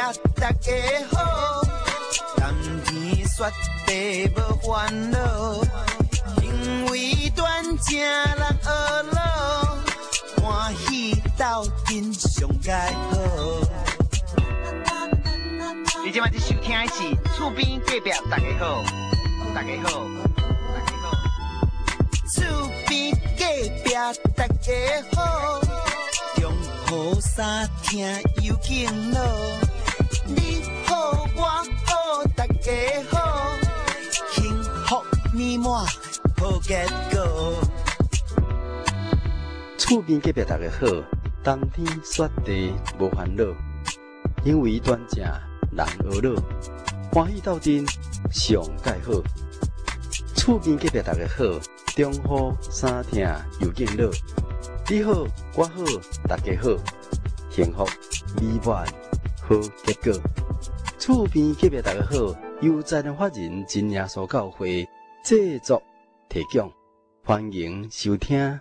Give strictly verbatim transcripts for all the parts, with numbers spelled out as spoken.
大家好，甘甜雪地无烦恼，行为端正人学老，欢喜斗阵上佳好。你今晚在收听的是厝边隔壁大家好，大家好，大家好，厝边隔壁大家好，中好三听有敬老，你好我好大家好，幸福美满好结果。 厝边隔壁大家好，冬天雪地无烦恼，因为端正人学老，欢喜斗阵上介好。厝边隔壁大家好，中好三听有敬老，你好我好大家好，幸福美满好结果。厝边隔壁大家好，由在人法人真耶稣教会制作提供，欢迎收听。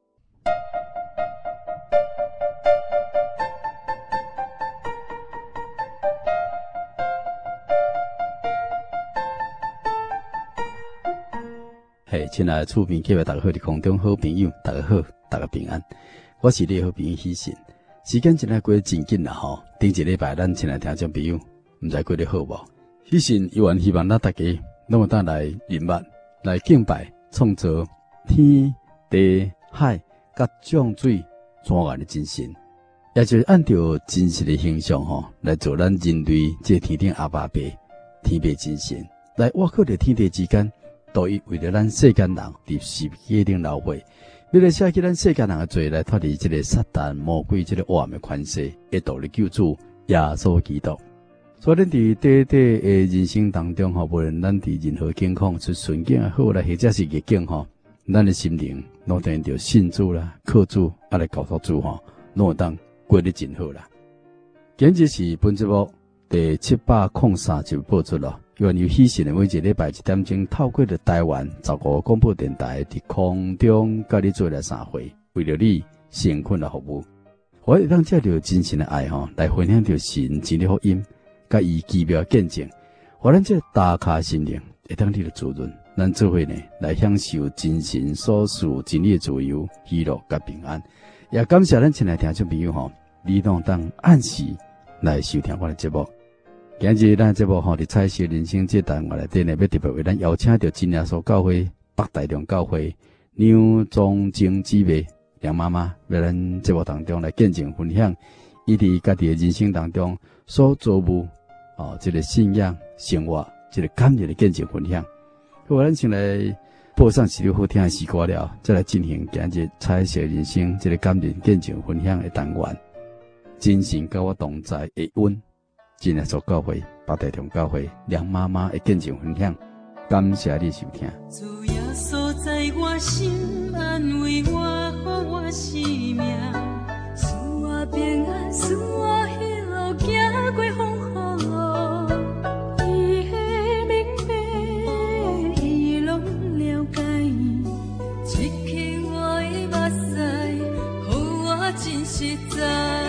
嘿，亲爱的厝边隔壁大家好，的空中好朋友，大家好，大家平安。我是你的好朋友喜信。时间真系过得真紧啦吼，顶一礼拜咱亲爱听众朋友，唔知过得好无？喜信依然希望咱大家拢有当来认捌、来敬拜、创造天地海甲降水全然的真神，也就是按照真实的形象吼来做咱人类这天顶阿爸爸、天父真神，来挖靠着天地之间。都以为了咱世间人伫世界顶流会，为了写起咱世间人的罪来脱离这个撒旦魔鬼这个黑暗的权势，会道理救主耶稣基督。所以咱伫短短的人生当中吼，无论咱伫任何境况，是顺境也好，来或者是逆境吼，咱的心灵拢当着信主啦、靠主啊来告诉主吼，拢会当过得真好啦。今日是本节目第七百零三集播出咯。原有喜讯的每一礼拜一点钟，透过着台湾十五广播电台伫空中，甲你做来三回，为了你辛苦的服务，我会当借着真神的爱吼，来分享着神真理福音，甲伊奇妙见证，我咱这打卡心灵，会当你的主人，咱做伙呢来享受真神所赐真理的自由、喜乐甲平安。也感谢咱亲爱听众朋友吼，你拢当按时来收听我的节目。今日咱节目吼，伫彩色人生这单元内底呢，要特别为咱邀请到真耶稣教会北大中教会梁宗正姊妹梁妈妈，为咱节目当中来见证分享，伊伫家己的人生当中所做务哦，这个信仰生活，这个感人的见证分享。好，咱先来播上几首好听的诗歌了，再来进行今日彩色人生这个感人见证分享的单元。真神甲我同在的温。真耶稣教会北大中教会梁妈妈的见证分享，感谢你收听。 主耶稣在我心，安慰我，予我生命，使我平安，使我喜乐，行过风雨路。伊的明白，伊拢了解，刺激我的目屎，予我真实在。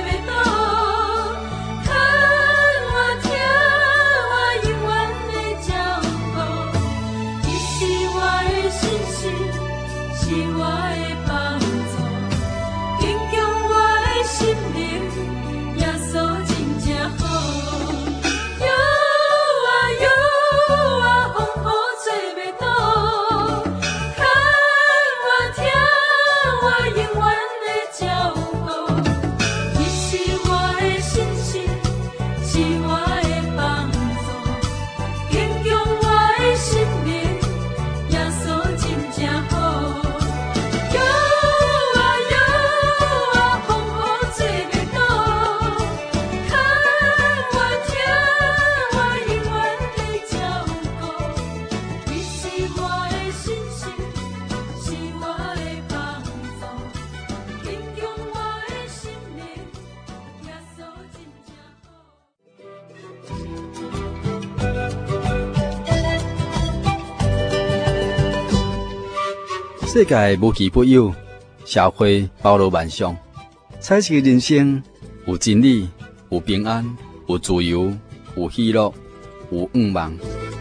家。 是我的帮助，坚强我的心灵，耶稣真正好。哟啊哟啊，风雨做袂倒，看我听我永远的照顾，你是我的信心，是我的帮助，坚强我的心灵，耶稣真正好。哟啊哟啊，风雨做袂倒，看我听我永远的照顾，你是我的信心，是我的帮助，坚强我的心灵，耶稣真正好。 世界无奇不有，社会包罗万象，彩色的人生有真理，有平安，有自由，有喜乐，有愿望。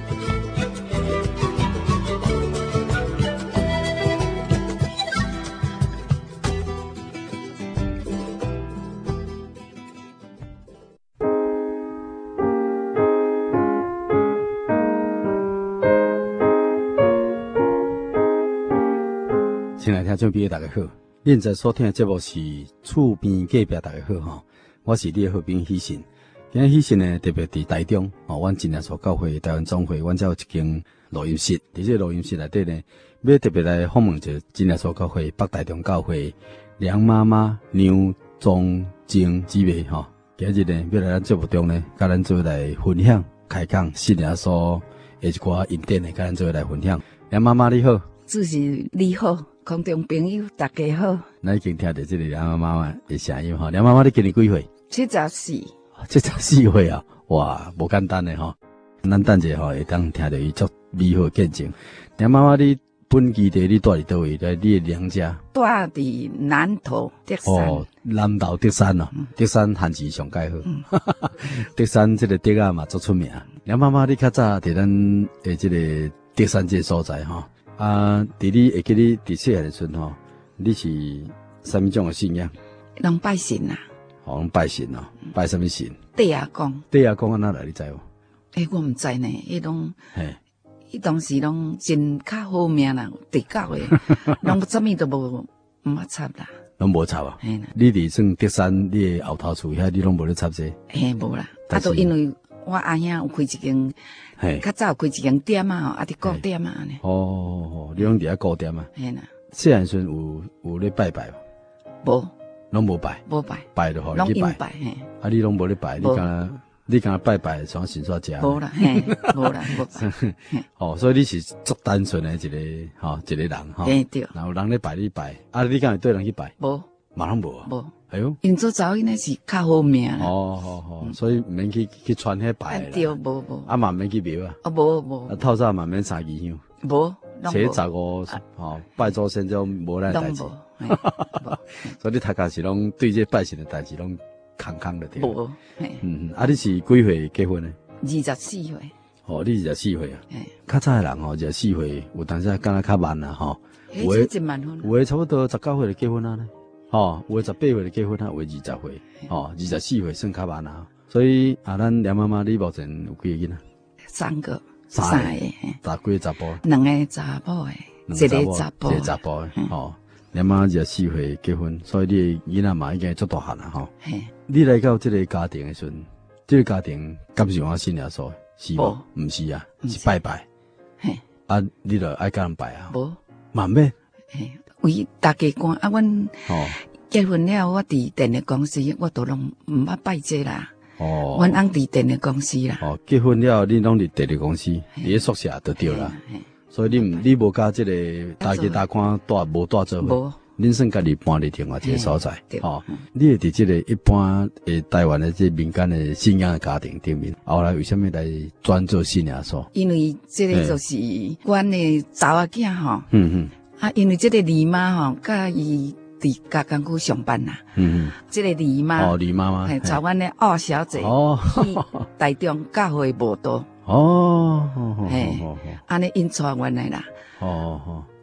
亲爱的听众朋友，大家好！现在所听的节目是厝边隔壁，大家好哈，我是你的好朋友喜信。今日喜信呢，特别伫台中哦，阮真耶稣教会台湾总会，阮才有一间录音室。伫这录音室内底呢，要特别来访问一个真耶稣教会北台中教会梁妈妈梁宗静姊妹哈。今日呢，要来咱节目中呢，甲咱做来分享开讲信耶稣的一寡恩典的，甲咱做来分享。梁妈妈你好， 主持你好。空中朋友，大家好。 咱已经听到这个梁妈妈的声音哈，梁妈妈你今年几岁？ 七十四。 七十四岁啊，哇，无简单的哈。咱等者吼会当听到伊足美好的见证。梁妈妈你本基地你住伫倒位？在你的娘家？ 住伫南投德山。 哦，南投德山哦，嗯、德山旱治上介好。嗯、德山这个德啊嘛足出名。梁妈妈你较早伫咱诶这个德山这个所在吼。啊，伫你会记你伫细汉的时阵吼，你是什么种的信仰？ 拢拜神啊， 哦，拢拜神哦，拜什么神？ 地阿公。 地阿公安哪来？你知无？ 诶，我毋知呢，伊拢， 嘿， 伊当时拢真较好命啦，地教诶，拢什么都无毋捌插啦， 拢无插啊。 嘿啦， 你伫算德山，你后头厝遐，你拢无咧插这？ 嘿，无啦，啊，都因为我阿兄有开一间。 嘿， 较早开一间店啊，啊，伫顾店啊呢。 哦哦，你拢伫遐顾店啊？ 嘿啦。 细汉时阵有有咧拜拜无？ 无， 拢无拜。 无拜。 拜就互你去拜。 拜嘿。 啊，你拢无咧拜，你敢你敢拜拜，从神煞食？ 无啦，嘿，无啦，无拜。 哦，所以你是足单纯的一个吼，一个人吼。 嘿对。 然后人咧拜你拜，啊，你敢会对人去拜？ 无。 嘛拢无啊。 无。 哎呦， 因做早因那是较好命。 哦，好好，所以毋免去去传迄拜啦。 对，无无。 啊，嘛免去庙啊。 啊，无无。 啊，透早嘛免三支香。 无。 初十五吼拜祖先种无咱代志。所以你头家是拢对这拜神的代志拢空空的对。 无。 嗯，啊，你是几岁结婚呢？ 二十四岁。 哦，你二十四岁啊。较早的人吼，二十四岁有当时敢若较慢啦吼。 有诶，一慢分。 有诶，差不多十九岁就结婚啊呢。哦，有诶十八岁就结婚啊，有诶二十岁，哦，二十四岁算较慢啊。所以啊，咱梁妈妈你目前有几个囡仔？ 三个， 三个，十几个查甫， 两个查甫诶，一个查甫， 一个查甫诶。哦，梁妈二十四岁结婚，所以你囡仔嘛已经足大汉啦吼。你来到这个家庭诶时阵，这个家庭敢是我信耶稣？是无？毋是啊，是拜拜。嘿，啊，你著爱甲人拜啊？ 无， 嘛免。 嘿。为大家讲啊，阮结婚了，我伫电力公司，我都拢毋捌拜这啦。哦，阮翁伫电力公司啦。哦， 结婚了，你拢伫电力公司，伫宿舍就对啦。所以你唔，你无甲这个大家大看带无带做伙。无。恁算家己搬伫另外一个所在。哦，你会伫这个一般诶台湾的这民间的信仰的家庭顶面，后来为什么来转做信仰所？ 因为这个就是阮的查某囝吼。 嗯嗯。 啊，因为这个姨妈吼，甲伊伫加工区上班啦。嗯嗯。这个姨妈哦，姨妈妈， 系找阮的二小姐哦，去台中教会报道。 哦，好好好。 安尼因带阮来啦。 哦哦。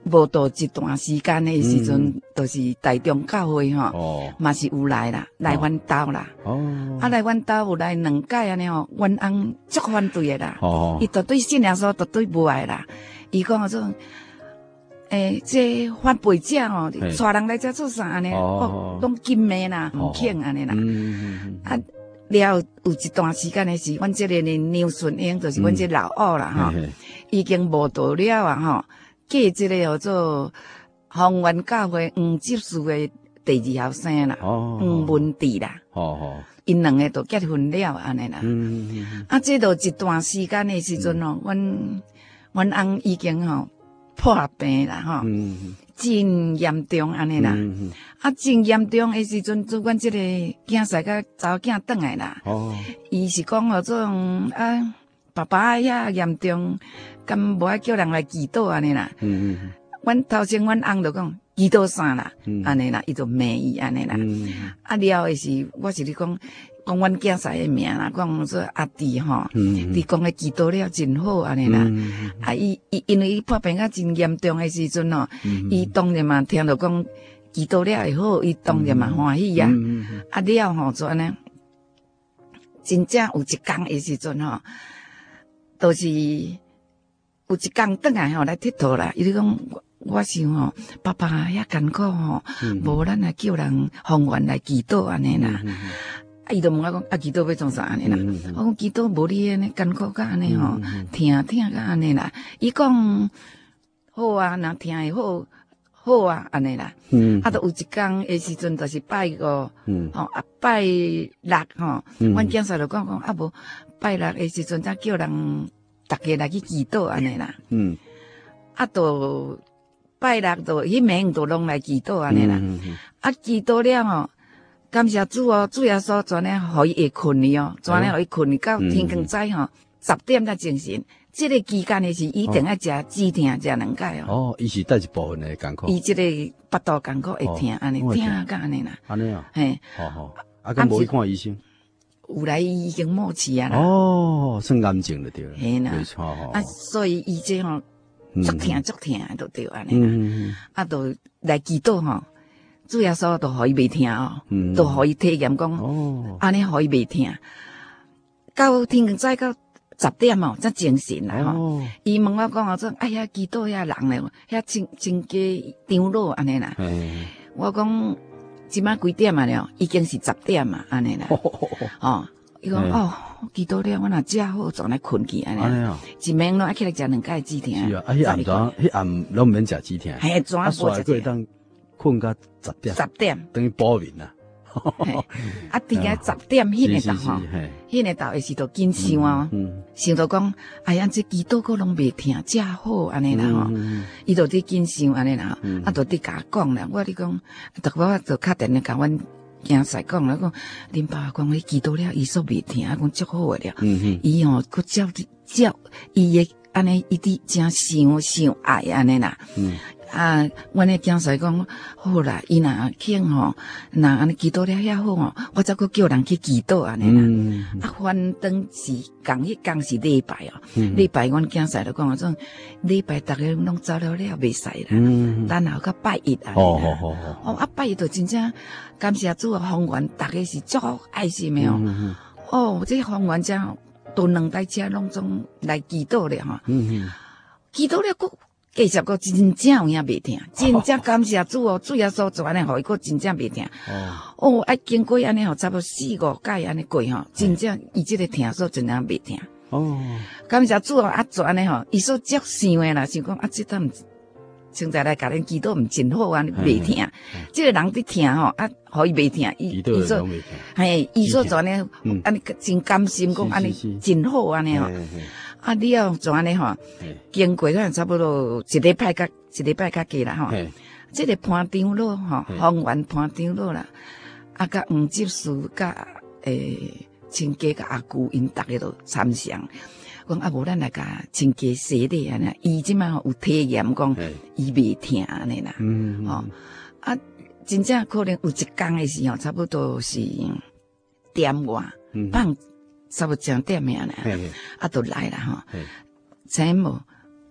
无到一段时间的时阵，就是台中教会吼，嘛是有来啦，来阮兜啦。哦，啊来阮兜有来两届安尼吼，阮翁足反对的啦。哦，伊绝对信仰说绝对无爱啦。伊讲说，诶，这反背者吼，带人来遮做啥安尼？哦，拢金妹啦，唔肯安尼啦。嗯啊。了有一段时间的是，阮这个牛顺英，就是阮这老二啦吼，已经无道了啊吼。嫁这个叫做宏源教会黄执事的第二后生啦，黄文治啦。哦哦，因两个都结婚了安尼啦。嗯啊，这都一段时间的时阵哦，阮阮翁已经吼破病啦吼。嗯。真严重安尼啦，嗯、啊，真严重的时阵，做阮这个囝婿甲查某囝转来啦。哦，伊是讲迄种啊，爸爸遐严重，敢无爱叫人来祈祷安尼啦。嗯嗯，阮头先阮翁就讲祈祷啥啦，安尼啦，伊就骂伊安尼啦。嗯、啊了的是，我是咧讲。讲阮囝婿的名啦，讲说阿弟吼，你讲的祈祷了真好安尼啦。啊，伊伊因为伊破病啊真严重的时阵哦，伊当然嘛听到讲祈祷了会好，伊当然嘛欢喜呀。啊了吼就安尼，真正有一工的时阵吼，都是有一工转来吼来佚佗啦。伊咧讲我想吼，爸爸遐艰苦吼，无咱来叫人方圆来祈祷安尼啦。啊，伊就问我讲，啊，祈祷要创啥安尼啦？嗯、我讲祈祷无你安尼艰苦甲安尼吼，听听甲安尼啦。伊讲好啊，若听会好，好啊安尼啦。嗯、啊，都有一工的时阵，就是拜五，嗯、吼啊拜六吼，阮囝婿就讲讲啊无拜六的时阵，才叫人逐个来去祈祷安尼啦。嗯，啊，都拜六都迄暝都拢来祈祷安尼啦。嗯嗯、啊，祈祷了吼。感谢主哦，主耶稣全呢，互伊会困去哦，全呢互伊困去到天光早吼，十点才精神。这个期间的是一定要食止疼，食两解哦。 哦，伊是带一部分的艰苦。 伊这个巴肚艰苦会疼，安尼疼甲安尼啦。 安尼啊？ 嘿， 好好。啊，敢无去看医生？ 有来已经末期啊啦。 哦，算癌症了对了。 嘿啦。没错吼。啊，所以伊这吼足疼足疼都对安尼啦。啊，都来祈祷吼。主耶稣都互伊袂疼哦，嗯、都互伊体验讲，安尼互伊袂疼。到天光早到十点哦，才精神啦吼。伊、哦、问我讲哦，说哎呀，祈祷遐人咧，遐真真加长老安尼啦。嘿我讲即摆几点啊了？已经是十点嘛，安尼啦。哦，伊讲哦，祈祷了，我若食好，转来困去安尼。安尼啊，一暝拢爱起来食两盖止疼。 是啊，啊，迄暗早，迄暗拢免食止疼。 嘿，怎啊无食？ 困到十点， 十点等于补眠啦。 啊，定个十点迄个头吼，迄个头也是都紧想哦，想到讲，哎呀，这祈祷个拢袂听，真好安尼啦吼，伊就伫紧想安尼啦，啊，就伫甲讲啦，我哩讲，逐我就敲电话甲阮囝婿讲啦，讲恁爸讲伊祈祷了，伊说袂听，啊，讲足好个了，伊吼佫照照伊个安尼，伊伫真想想爱安尼啦。啊，阮诶囝婿讲好啦，伊若肯吼，若安尼祈祷了遐好吼，我则佫叫人去祈祷安尼啦。啊，反正是共迄工是礼拜哦，礼拜阮囝婿就讲啊，种礼拜逐个拢走了了袂使啦，等后甲拜一啊。哦哦哦哦，啊拜一就真正感谢主啊，方圆逐个是足爱心诶哦。哦，这方圆遮都两台车拢总来祈祷了吼。祈祷了佫。继续个真正有影袂听，真正感谢主哦，主耶稣做安尼，互伊个真正袂听。哦，啊，经过安尼吼，差不多四五届安尼过吼，真正伊即个听说真正袂听。哦，感谢主哦，啊做安尼吼，伊说足想诶啦，想讲啊，即阵现在来甲恁祈祷毋真好啊，袂听。即个人伫听吼，啊，互伊袂听，伊伊说，嘿，伊说做安尼，安尼真甘心讲安尼真好安尼吼。啊，了就安尼吼，经过可能差不多一礼拜甲一礼拜较加啦吼。这个潘长老吼，方圆潘长老啦，啊，甲黄执事甲诶亲家甲阿姑因逐个都参详，讲啊无咱来甲亲家洗礼安尼，伊即摆有体验讲伊袂听安尼啦。嗯，哦，啊，真正可能有一工诶时候，差不多是点外放。差不多将点名啦，啊，都来啦吼。请无，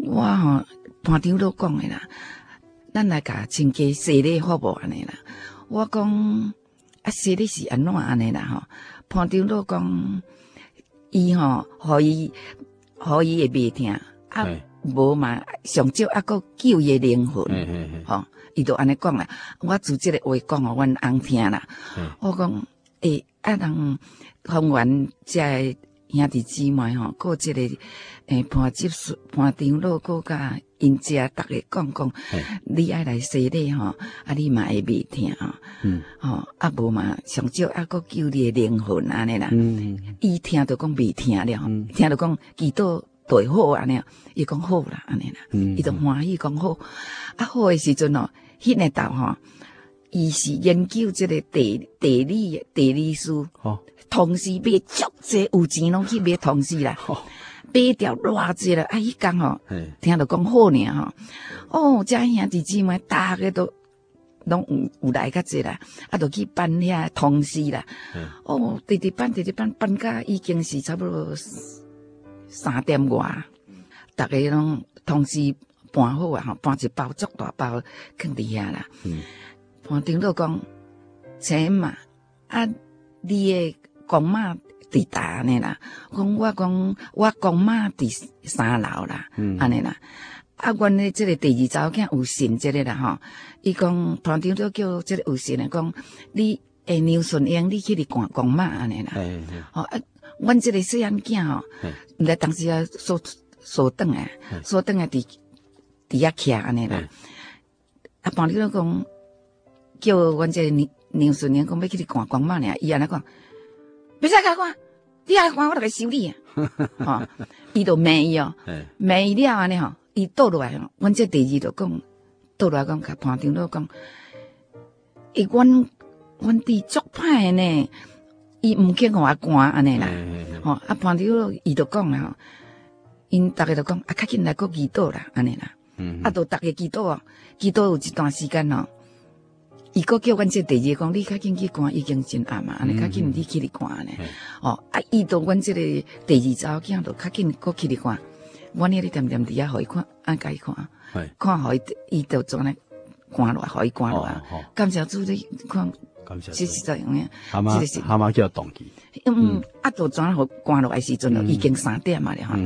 我吼盘长老讲的啦，咱来甲亲家洗礼好无安尼啦。我讲啊，洗礼是安怎安尼啦吼？盘长老讲，伊吼，互伊，互伊会袂疼，啊，无嘛，上少啊，佫救伊灵魂，吼，伊就安尼讲啦。我自即个话讲互阮翁听啦。我讲，诶，啊，人方圆遮个兄弟姊妹吼，佫即个诶潘执事、潘长老，佫甲因遮逐个讲讲，你爱来洗礼吼，啊，你嘛会袂疼吼，嗯，吼，啊无嘛，上少啊，佫救你诶灵魂安尼啦。嗯，伊听着讲袂疼了，听着讲祈祷对好安尼，伊讲好啦安尼啦，伊就欢喜讲好。啊好诶时阵哦，迄个头吼，伊是研究即个地地理地理书，哦，同时买足济有钱拢去买同时啦。买条偌济啦，啊！迄工吼，听着讲好呢吼。哦，遮兄弟姊妹，大家都拢有有来较济啦，啊，就去办遐通知啦。哦，直直办，直直办，办到已经是差不多三点外，大家拢通知办好啊，吼，办一包足大包放伫遐啦。潘长老讲，请嘛，啊，你诶公妈。伫搭安尼啦，讲我讲我公妈伫三楼啦，安尼啦。啊，阮咧即个第二查某囝有信即个啦吼，伊讲潘长老叫即个有信诶，讲你诶牛顺英，你去伫看公妈安尼啦。吼啊，阮即个细汉囝吼，毋知当时啊锁锁灯诶，锁灯诶伫伫遐徛安尼啦。啊，潘长老讲叫阮即个牛牛顺英讲要去伫看公妈尔，伊安尼讲。别使甲看，你爱看我就来收你啊！吼，伊就骂伊哦，骂伊了安尼吼，伊倒落来吼，阮这第二就讲倒落来讲，甲潘长老讲，伊阮阮弟足歹呢，伊毋肯互我赶安尼啦，吼啊潘长老伊就讲啦吼，因逐个就讲啊，较紧来个祈祷啦，安尼啦，啊，就逐个祈祷哦，祈祷有一段时间哦。伊个叫阮这第二讲，你较紧去看，已经真暗嘛，安尼较紧你去哩看呢。哦，啊，伊到阮这个第二查某囝，就较紧搁去哩看。阮迄个点点伫遐，互伊看，按甲伊看，看互伊，伊就转来关落来，互伊关落来。感谢主你看，实实在样样。 蛤蟆蛤蟆叫动机。 嗯，啊，就转互关落来时阵，已经三点嘛了哈。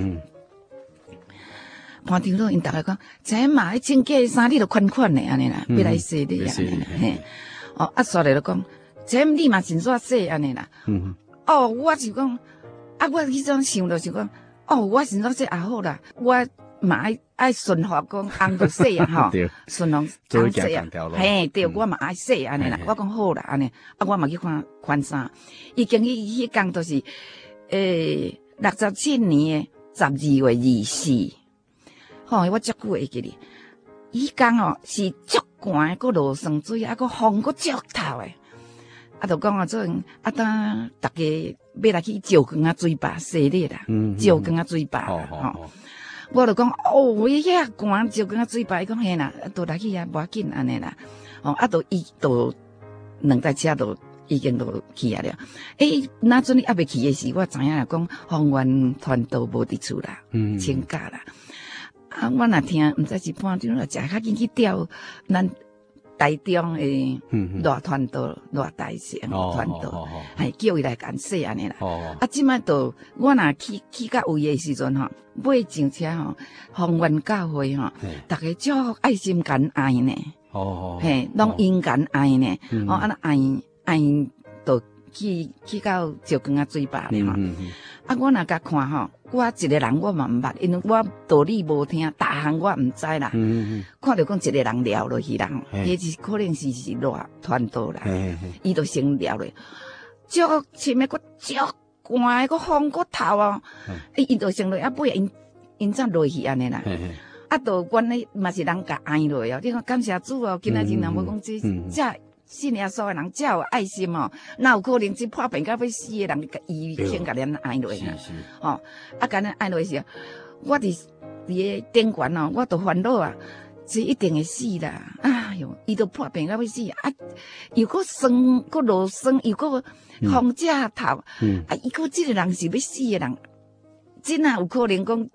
潘长老因逐个讲，这嘛，亲家衫你都款款的安尼啦，要来洗你安尼啦，嘿。哦，啊，煞来就讲，这你嘛真煞洗安尼啦。嗯。哦，我就讲，啊，我迄种想着想讲，哦，我真煞洗也好啦，我嘛爱爱顺服讲，翁就洗啊吼，顺服翁洗啊，嘿，对，我嘛爱洗安尼啦。我讲好啦，安尼，啊，我嘛去看款衫，已经迄迄工都是，诶，六十七年诶十二月二四。吼，我足久会记哩。伊讲哦，是足寒，佮落霜水，啊，佮风佮足透诶。啊，就讲啊，做啊，当大家要来去石缸啊水坝洗礼啦，石缸啊水坝啦，吼。我就讲哦，伊遐寒石缸啊水坝，伊讲嘿啦，都来去遐无要紧安尼啦。哦，啊，都伊都两台车都已经都去啊了。诶，那阵你还未去诶时，我知影啦，讲方圆团都无伫厝啦，请假啦。啊，我若听，毋知是潘长老，食较紧去调咱台中诶大团道、大大城团道，系叫伊来干洗安尼啦。啊，即摆都我若去去到位诶时阵吼，买上车吼，方圆教会吼，逐个足爱心感爱呢。哦，嘿，拢因感爱呢。哦，啊，爱爱都去去到石缸啊水坝咧吼。啊，我若甲看吼，我一个人我嘛毋捌，因为我道理无听，大项我毋知啦。嗯、看到讲一个人撩落去啦，迄是可能是是热传导啦，伊就先撩落，足深诶，佫足寒诶，佫风佫透哦，伊就先落，啊尾因因怎落去安尼啦？啊，就阮咧嘛是人甲爱落哦，你看感谢主哦，今仔日若无讲这这。信耶稣诶人，遮有爱心哦，哪有可能即破病到要死诶人，伊先甲咱爱落去啦，吼，啊，甲咱爱落去时，我伫伫个顶悬哦，我都烦恼啊，这一定会死啦，哎哟，伊都破病到要死，啊，又搁霜，搁落霜，又搁风遮透，啊，伊搁即个人是要死诶人，真啊有可能讲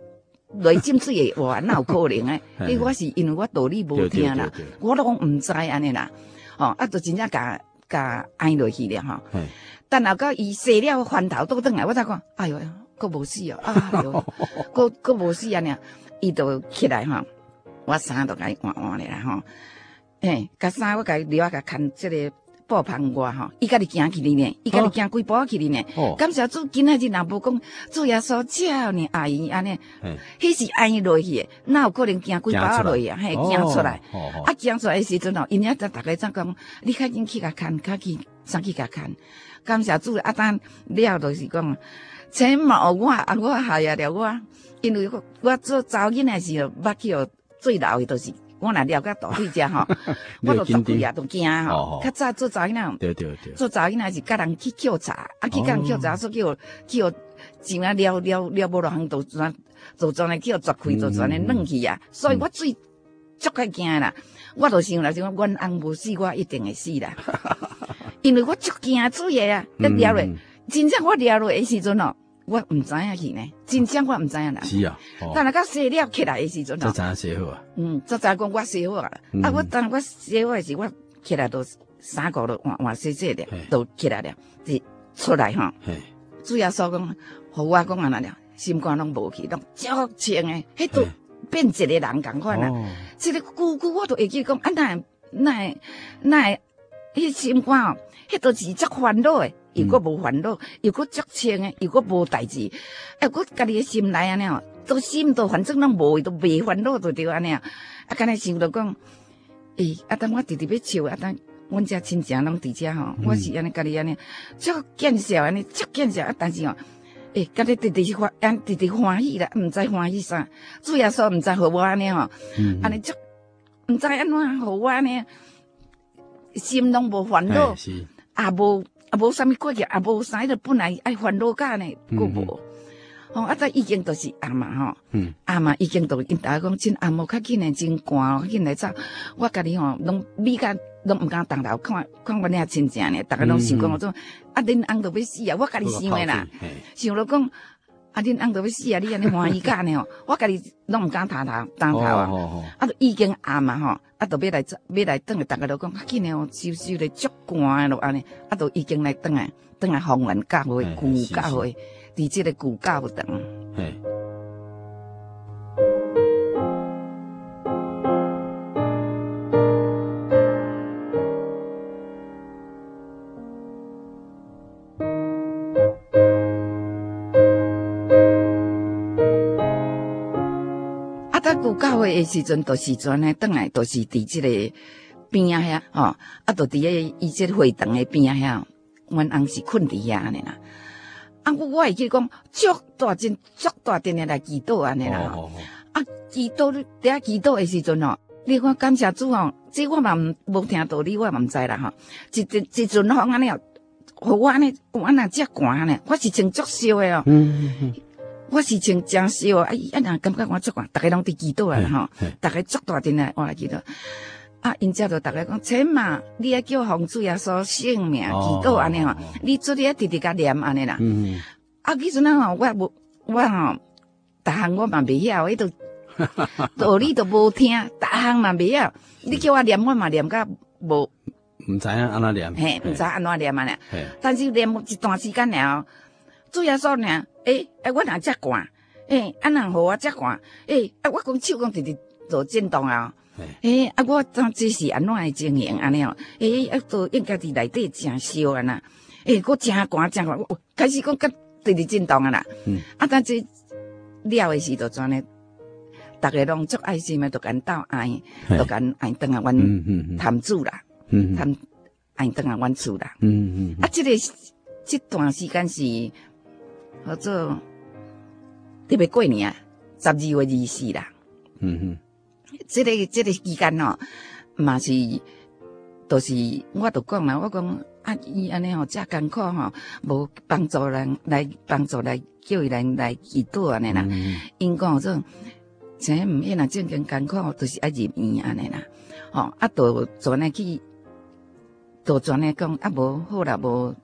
来浸水诶，哇，哪有可能诶？迄我是因为我道理无听啦，我都讲毋知安尼啦，哦，啊，就真正甲甲挨落去了吼。等后到伊洗了翻头倒转来，我才讲，哎哟，佫无死哦，哎哟，佫佫无死安尼，伊就起来吼，我衫就甲伊换换咧啦吼，嘿，甲衫我甲伊留啊甲牵即个。布棚外吼，伊家己行去哩呢，伊家己行几步去哩呢。感谢主，今仔日若无讲主耶稣叫呢阿姨安尼，迄是安伊落去诶，哪有可能行几步落去啊？嘿，行出来，啊，行出来诶时阵吼，因遐则逐个怎讲？你较紧去甲牵，较去上去甲牵。感谢主，啊，等了就是讲，钱嘛有我，啊，我下也了我，因为我我做查某囡仔时候，捌去哦最老诶，就是我若了解大腿只吼，我都足几啊，都惊吼。较早做查囡仔， 对对对， 做查囡仔是甲人去捡茶，啊去甲人捡茶，所以叫叫钱啊了了了无落行，就全就全来叫掘开，就全来弄去啊。所以我最足较惊啦，我就想啦，就讲阮翁无死，我一定会死啦。因为我足惊主耶啊，一了落，真正我了落诶时阵哦。我毋知影去呢，真正我毋知影啦。 是啊， 等下到洗了起来诶时阵， 才知影洗好啊。 嗯，才知讲我洗好啊。啊，我等我洗好诶时，我起来都衫裤都换换洗洗了，都起来了，就出来吼。主要所讲，互我讲安那了，心肝拢无去，拢足清诶，迄都变一个人共款啦。即个久久我都会记讲，啊，那那那，迄心肝哦，迄都是足烦恼诶。又搁无烦恼，又搁足清诶，又搁无代志，啊，搁家己诶心内安尼哦，都心都反正拢无，都袂烦恼就对安尼啊。啊，干那想着讲，诶，啊，当我直直要笑，啊，当阮遮亲情拢伫遮吼，我是安尼家己安尼，足见笑安尼，足见笑啊，但是哦，诶，家己直直欢，安直直欢喜啦，毋知欢喜啥，主耶稣毋知互我安尼吼，安尼足毋知安怎互我安尼，心拢无烦恼，也无。啊，无啥物过去，也无啥迄个本来爱烦恼干呢，佫无。吼，啊，再已经都是阿嬷吼，阿嬷已经都因大家讲，真阿嬷较紧诶，真寒，较紧来走。我家己吼，拢米甲拢毋敢动头看，看阮遐亲情呢，逐个拢想讲种，啊，恁翁都要死啊！我家己想诶啦，想着讲，啊，恁翁都要死啊！你安尼欢喜干呢吼，我家己拢毋敢抬头，抬头啊！啊，已经阿嬷吼。啊，就要来要来转来，大家都讲较紧诶哦，收收咧足寒诶咯安尼，啊，都已经来转来，转来方圆教会、旧教会，伫即个旧教堂。嘿。旧教会诶时阵，都是转来转来，都是伫即个边仔遐吼，啊，都伫个伊即会堂诶边仔遐，阮翁是困伫遐安尼啦。啊，我我会记讲，足大阵足大阵诶来祈祷安尼啦。啊，祈祷伫遐祈祷诶时阵吼，你看感谢主吼，即我嘛无听道理，我嘛毋知啦吼。一一一阵风安尼哦，互我安尼，我若遮寒呢，我是穿足烧诶哦。我是穿真烧啊！啊，若感觉我足寒，逐个拢伫祈祷啊吼，逐个足大阵诶，我来祈祷。啊，因遮就逐个讲，请嘛，你要叫洪主耶稣性命祈祷安尼吼，你做咧直直甲念安尼啦。啊，迄阵啊吼，我无我吼，逐项我嘛袂晓，迄都道理都无听，逐项嘛袂晓。你叫我念，我嘛念甲无， 毋知影安怎念， 嘿，毋知安怎念安尼。但是念一段时间了。主耶稣呢？诶，诶，我若遮寒，诶，啊，若互我遮寒，诶，啊，我讲手讲直直做震动啊，诶，啊，我当这是安怎诶情形安尼哦，诶，啊，都应该伫内底真烧啊呐，诶，我真寒真寒，我开始讲甲直直震动啊啦，啊，但这了诶时就怎呢？逐个拢足爱心诶，都甲斗爱，都甲爱转啊，阮摊主啦，摊爱转啊，阮厝啦，啊，这个这段时间是。叫做特别过年啊，十二月二四啦。嗯哼，这个这个期间哦，嘛是，就是我都讲啦，我讲啊，伊安尼吼，遮艰苦吼，无帮助人来帮助来叫伊人来祈祷安尼啦。因讲种，像毋免啊，正经艰苦，就是爱入院安尼啦。吼，啊，都全来去，都全来讲啊，无好啦，无。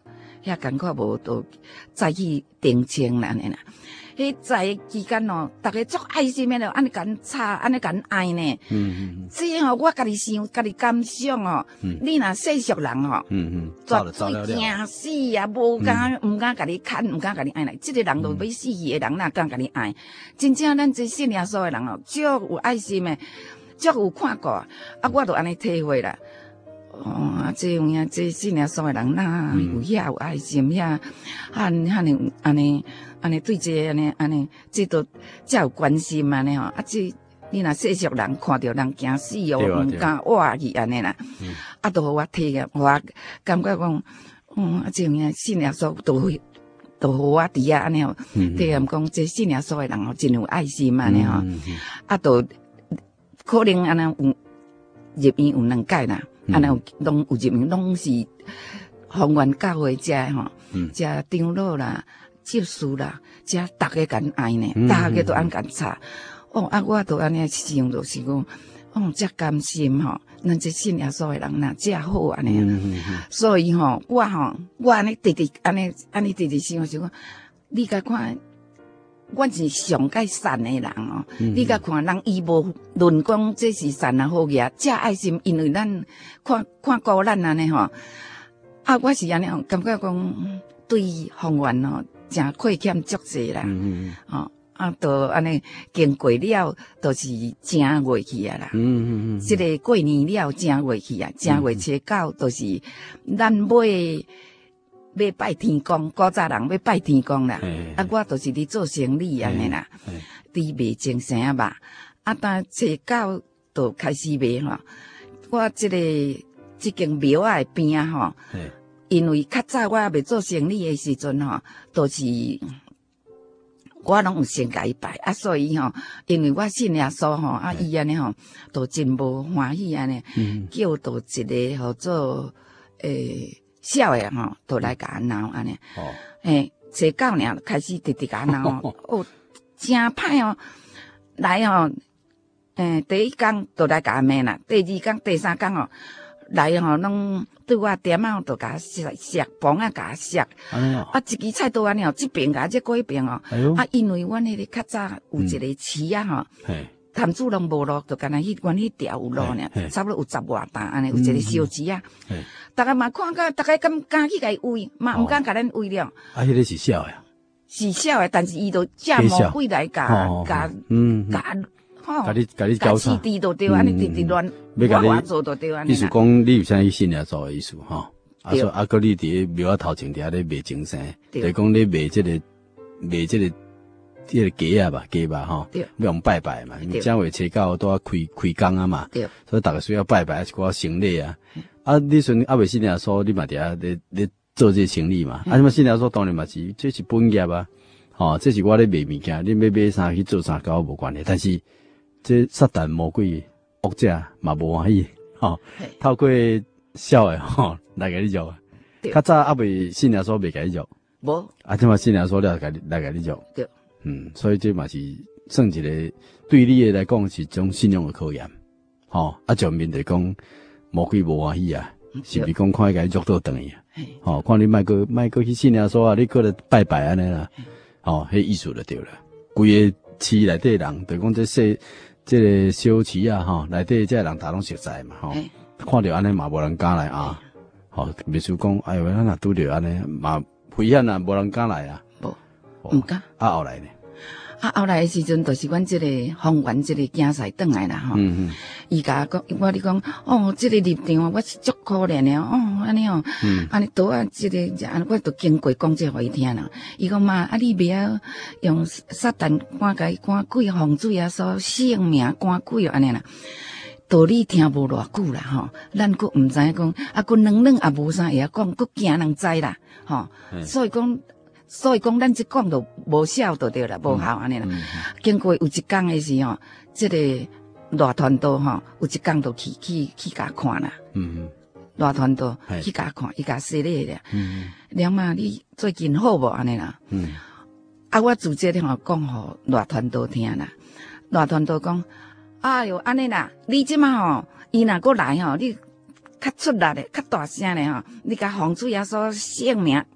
遐艰苦无都再去定情啦呢啦。迄在期间哦，大家足爱心的咯，安尼敢吵，安尼敢爱呢。嗯嗯。这吼，我家己想，家己感想哦。嗯。你若世俗人吼，嗯嗯，绝对惊死啊！无敢唔敢家己看，唔敢家己爱来。这个人都要死去的人，哪敢家己爱？真正咱这信耶稣的人哦，足有爱心的，足有看过啊！我都安尼体会啦。哦，啊，这样呀，这信耶稣的人哪有遐有爱心，遐汉汉尼安尼。安尼对这安尼安尼，这都才有关心安尼吼。啊，这你若世俗人看到人惊死哦，唔敢活去安尼啦。嗯、啊，都互我体验，互我感觉讲，嗯，啊，这样信耶稣都会，都互我伫啊安尼吼。体验讲，这信耶稣的人吼，真有爱心安尼吼。嗯嗯、啊，都可能安尼有入院有两届啦，安尼有拢有入院，拢是宏源教会遮吼，遮长老啦。接受啦，遮大家敢爱呢，大家都安敢查。哦，啊，我都安尼想，就是讲，哦，遮甘心吼，咱这信耶稣的人呐，遮好安尼。嗯、所以吼，我吼，我安尼直直安尼安尼直直想想讲，你甲看，我是上界善的人哦。嗯、你甲看人伊无论讲这是善啊好嘢，遮爱心，因为咱看看过咱安尼吼。啊，我是安尼感觉讲对宏源哦。真亏欠足济啦，嗯嗯哦，啊，都安尼经过了，都是正月去啊啦，嗯嗯嗯，这个过年了正月去啊，正月初九都是咱买要拜天公，古早人要拜天公啦，啊，我都是伫做生意安尼啦，伫卖精神吧，啊，但初九都开始卖吼，我这个这间庙仔边啊吼。因为较早我未做生意的时阵吼，都是我拢有先甲伊拜啊，所以吼，因为我信耶稣吼，啊伊安尼吼，都真无欢喜安尼，嗯、叫到一个号做诶小诶吼，都来甲闹安尼，哦，诶，初九尔开始直直甲闹，哦，真歹哦，来吼，诶，第一工都来甲骂啦，第二工、第三工哦。来吼，拢对我点啊，都甲削削棒啊，甲削。啊，一支菜刀安尼哦，这边甲这嗰边哦。啊，因为阮迄个较早有一个市啊吼，摊主拢无落，就干那迄阮迄条有落呢，差不多有十外担安尼，有一个小市啊。大家嘛看到，大家敢敢去甲伊喂，嘛毋敢甲咱喂了。 啊，迄个是小诶。 是小诶，但是伊都借魔鬼来甲甲甲。 甲你甲你交叉， 地都对安尼直直乱，我我做都对安尼。 意思讲你有啥信耶稣的意思吼？啊说啊，个你伫庙仔头前伫遐咧卖精神，就是讲你卖这个卖这个这个鸡啊吧，鸡吧吼，要用拜拜嘛。正月初九都要开开工啊嘛，所以大家需要拜拜一寡生理啊。啊，你说啊未信耶稣，你嘛伫遐咧咧做这生理嘛？啊，什么信耶稣当然嘛是，这是本业啊。吼，这是我咧卖物件，你要买啥去做啥，跟我无关系，但是。这撒旦魔鬼恶者嘛无欢喜，吼，透过小诶吼来甲你做，较早啊未信耶稣未甲你做，无，啊即嘛信耶稣了甲你来甲你做，对，嗯，所以这嘛是算一个对你诶来讲是一种信用诶考验，吼，啊上面就讲魔鬼无欢喜啊，是不是讲看伊甲你捉到等伊啊，吼，看你莫个莫个去信耶稣啊，你过来拜拜安尼啦，吼，迄意思就对了，规个市内底人，就讲这说。这个小市啊，吼，内底这人大拢熟悉嘛，吼，看到安尼嘛无人敢来啊，吼，秘书讲，哎哟，咱若拄着安尼嘛危险啊，无人敢来啊， 无，毋敢。 啊后来呢？ 啊后来的时阵，就是阮这个方圆这个竞赛转来啦，吼，嗯嗯，伊甲讲，我你讲，哦，这个立场我是足可怜的哦，安尼哦，安尼倒啊，这个安我都经过讲这互伊听啦。伊讲妈，啊你不要用撒旦赶甲伊赶鬼风水啊，所性命赶鬼安尼啦。道理听无偌久啦，吼，咱佫毋知影讲，啊佫软软也无啥会晓讲，佫惊人知啦，吼，所以讲。所以讲，咱即讲就无效就对啦，无效安尼啦。经过有一工诶时候，即个大团队吼，有一工就去去去甲看啦。嗯，大团队去甲看，伊甲说咧咧。嗯，娘妈，你最近好无安尼啦？嗯，啊，我直接吼讲互大团队听啦。大团队讲，哎哟，安尼啦，你即马吼，伊若过来吼，你较出力咧，较大声咧吼，你甲风水啊所性命。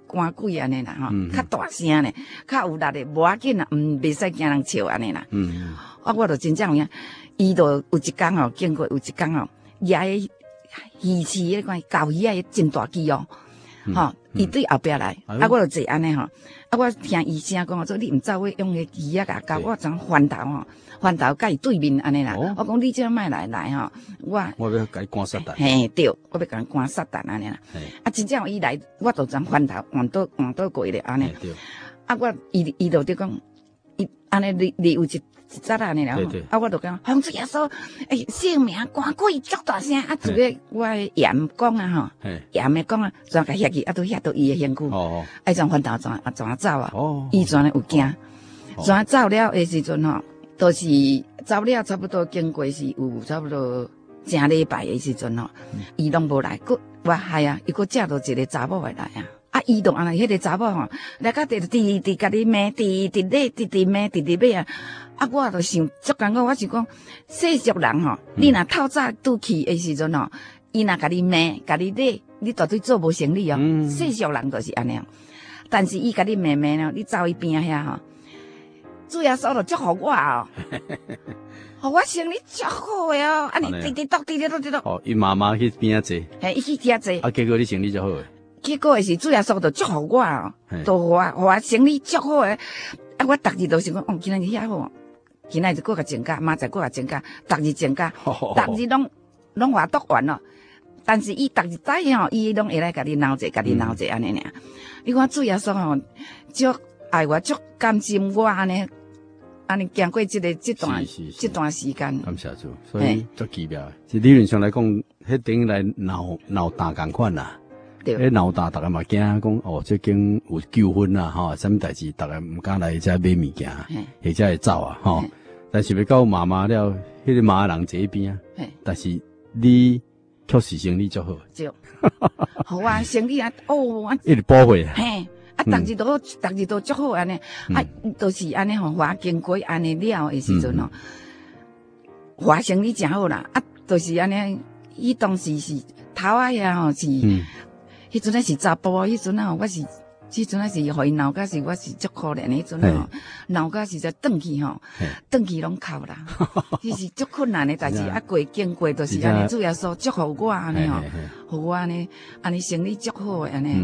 赶鬼安尼啦吼，较大声咧，较有力咧，无要紧啦，毋袂使惊人笑安尼啦。嗯，啊，我就真正有影，伊就有一工吼，经过有一工吼，野个鱼翅迄款高鱼啊，真大只哦，吼，伊对后壁来，啊，我就坐安尼吼，啊，我听医生讲说，你毋走去用个鱼啊甲教我怎翻头吼，翻头甲伊对面安尼啦。我讲你这莫来来吼，我我要甲伊赶撒旦。 嘿，对，我要甲伊赶撒旦安尼啦。啊，真正伊来，我就怎翻头换倒换倒过咧安尼。啊，我伊伊就伫讲，伊安尼你你有一。一早安尼啦，啊，我就讲，洪主耶稣，诶，性命赶鬼足大声，啊，这个我严讲啊吼，严的讲啊，全甲遐去，啊，都遐到伊的身躯，哦，啊，全翻头全啊全走啊，哦，伊全有惊，全走了的时阵吼，都是走了差不多经过是有差不多正礼拜的时阵吼，伊拢无来，佫我系啊，伊佫借到一个查某的来啊。啊，伊就安尼，迄个查某吼，来甲直直直甲你骂，直直咧，直直骂，直直骂啊！啊，我就想足感觉，我是讲世俗人吼，你若透早拄去的时阵吼，伊若甲你骂，甲你咧，你绝对做无生理哦。嗯、世俗人就是安尼，但是伊甲你骂骂呢，你走伊边遐吼，主耶稣就祝福我哦，互我生理足好诶哦，安尼直直读，直直读，直直读。 哦，伊妈妈去边仔坐， 嘿，伊去遐坐。 啊，结果你生理足好诶。 结果诶是主耶稣就祝福我哦，就互我互我生理足好诶。啊，我逐日都想讲，哦，今仔日遐好，今仔日搁甲增加，明仔搁甲增加，逐日增加，逐日拢拢话读完咯。但是伊逐日早起吼，伊拢会来甲你闹者，甲你闹者安尼尔。你看主耶稣吼，足爱我，足甘心我安尼，安尼经过即个即段即段时间。 感谢主，所以足奇妙。是理论上来讲，迄等于来闹闹大共款啦。诶，闹大，大家嘛惊讲哦，最近有纠纷啦，吼，啥物代志，大家毋敢来遮买物件，或者会走啊，吼。但是要到妈妈了，迄个妈人坐一边啊。但是你确实生理足好。对， 好啊，生理啊，哦， 一直保卫。 嘿，啊，逐日都逐日都足好安尼，啊，都是安尼吼，花经过安尼了的时阵吼，花生理真好啦，啊，都是安尼，伊当时是头啊遐吼是。迄阵啊是查甫，迄阵啊我是，迄阵啊是互伊闹甲是我是足可怜，迄阵啊闹甲是在转去吼，转去拢哭啦，迄是足困难的代志，啊过经过都是安尼，主要说祝福我安尼吼，互我安尼，安尼生理足好安尼。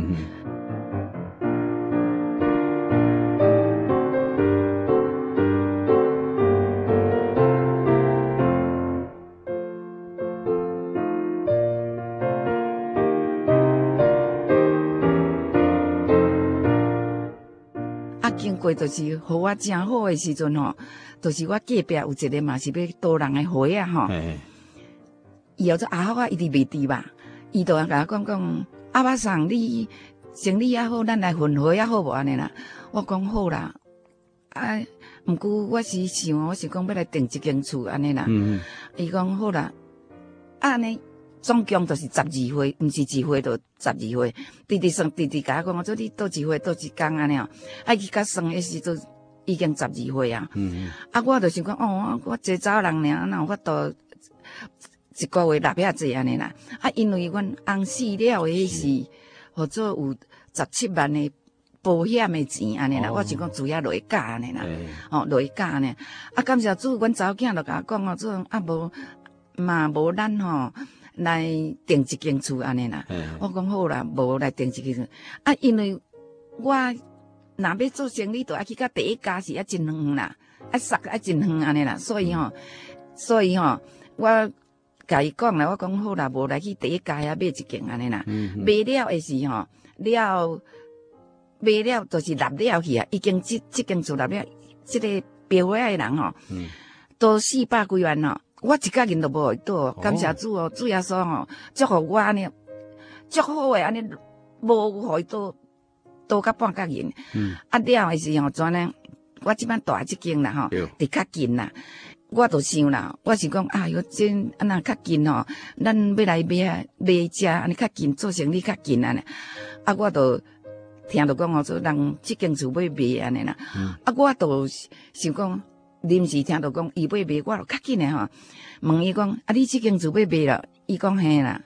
经过就是互我真好诶时阵吼，就是我隔壁有一个嘛是要倒人诶花啊吼，伊后做阿好啊，伊伫袂伫吧，伊就甲我讲讲，阿爸桑你生理也好，咱来分花也好无安尼啦。我讲好啦，啊，毋过我是想，我是讲要来订一间厝安尼啦。伊讲、嗯、好啦，啊安尼。总共就是十二岁，毋是一岁就十二岁。弟弟算，弟弟甲我讲，我做你倒一岁，倒一工安尼哦。啊，去甲算诶时阵已经十二岁啊。嗯嗯。啊，我就想讲，哦，我一早人尔，哪有法度一个月纳遐济安尼啦？啊，因为阮翁死了诶是，或者有十七万诶保险诶钱安尼啦。我是讲主要落价安尼啦，哦，落价安尼。啊，感谢主，阮查某囝就甲我讲哦，做啊无嘛无咱吼。来订一间厝安尼啦，我讲好啦，无来订一间厝啊，因为我若要做生理，就爱去到第一家是啊真远啦，啊塞啊真远安尼啦，所以吼，所以吼，我甲伊讲啦，我讲好啦，无来去第一家遐买一间安尼啦，买了的是吼，了买了就是纳了去啊，已经即即间厝纳了，即个标位的人吼，都四百几万吼。我一家人都无会倒，感谢主哦，主耶稣吼，祝福我安尼，足好诶，安尼无互伊倒倒甲半家人。嗯。啊了诶是吼，怎呢？我即摆大即间啦吼，伫较近啦。我就想啦，我是讲啊，哟，真啊那较近吼，咱要来买啊买食安尼较近，做生意较近安尼。啊，我就听到讲哦，说人即间厝要买安尼啦。嗯。啊，我就想讲。临时听到讲伊要卖，我就较紧诶吼，问伊讲啊，你即间厝要卖了？伊讲嘿啦，